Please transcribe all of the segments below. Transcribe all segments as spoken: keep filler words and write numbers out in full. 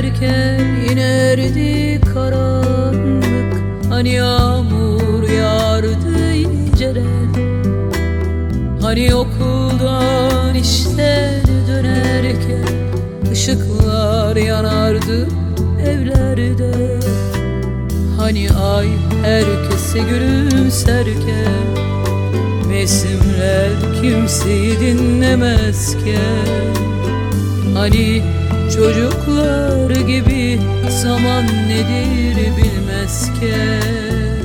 dönerken inerdi karanlık. Hani yağmur yağardı inceden, hani okuldan işten dönerken ışıklar yanardı evlerde. Hani ay herkese gülümserken, mevsimler kimseyi dinlemezken, hani çocuklar gibi zaman nedir bilmezken,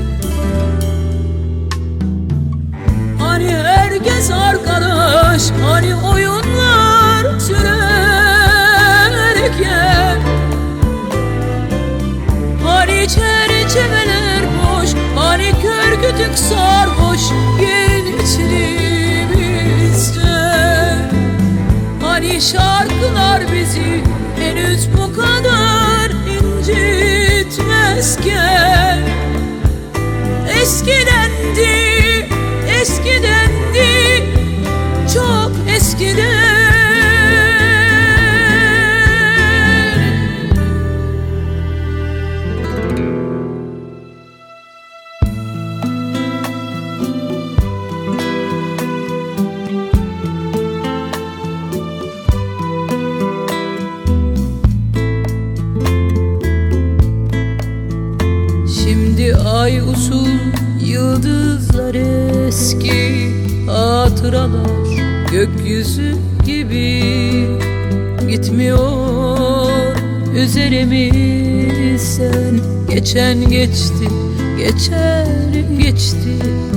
hani herkes arkadaş, hani oyunlar sürerken, hani çerçeveler boş, hani kör kütük sarhoş gençliğimizde. Hani şarkılar bizi henüz bu kadar incitmezken, eskidendi, eskidendi, çok eskiden. Şimdi ay usul, yıldızlar eski, hatıralar gökyüzü gibi gitmiyor üzerimizden. Geçen geçti, geçen geçti.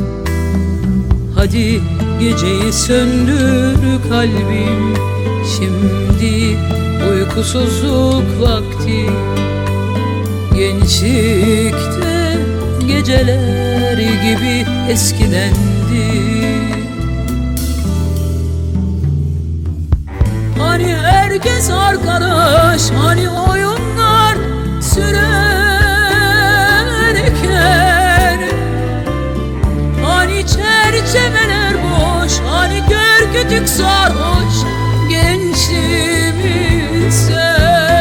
Hadi geceyi söndür kalbim, şimdi uykusuzluk vakti. Gençlikte geceler gibi eskidendi. Hani herkes arkadaş, hani oyunlar sürerken, hani çerçeveler boş, hani kör kütük sarhoş gençliğimizde.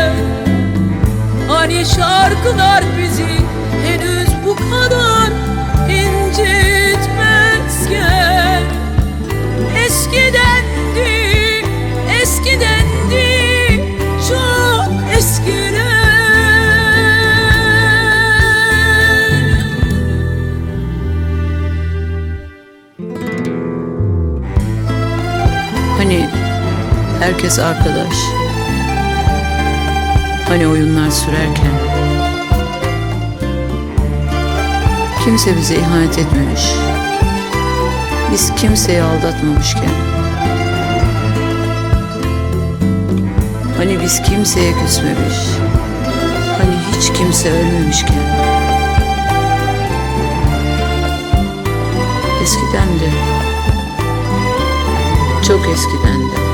Hani şarkılar bizi henüz bu kadar incitmezken, eskidendi, eskidendi, çok eskiden. Hani herkes arkadaş, hani oyunlar sürerken, kimse bize ihanet etmemiş, biz kimseyi aldatmamışken, hani biz kimseye küsmemiş, hani hiç kimse ölmemişken, eskiden de, çok eskiden de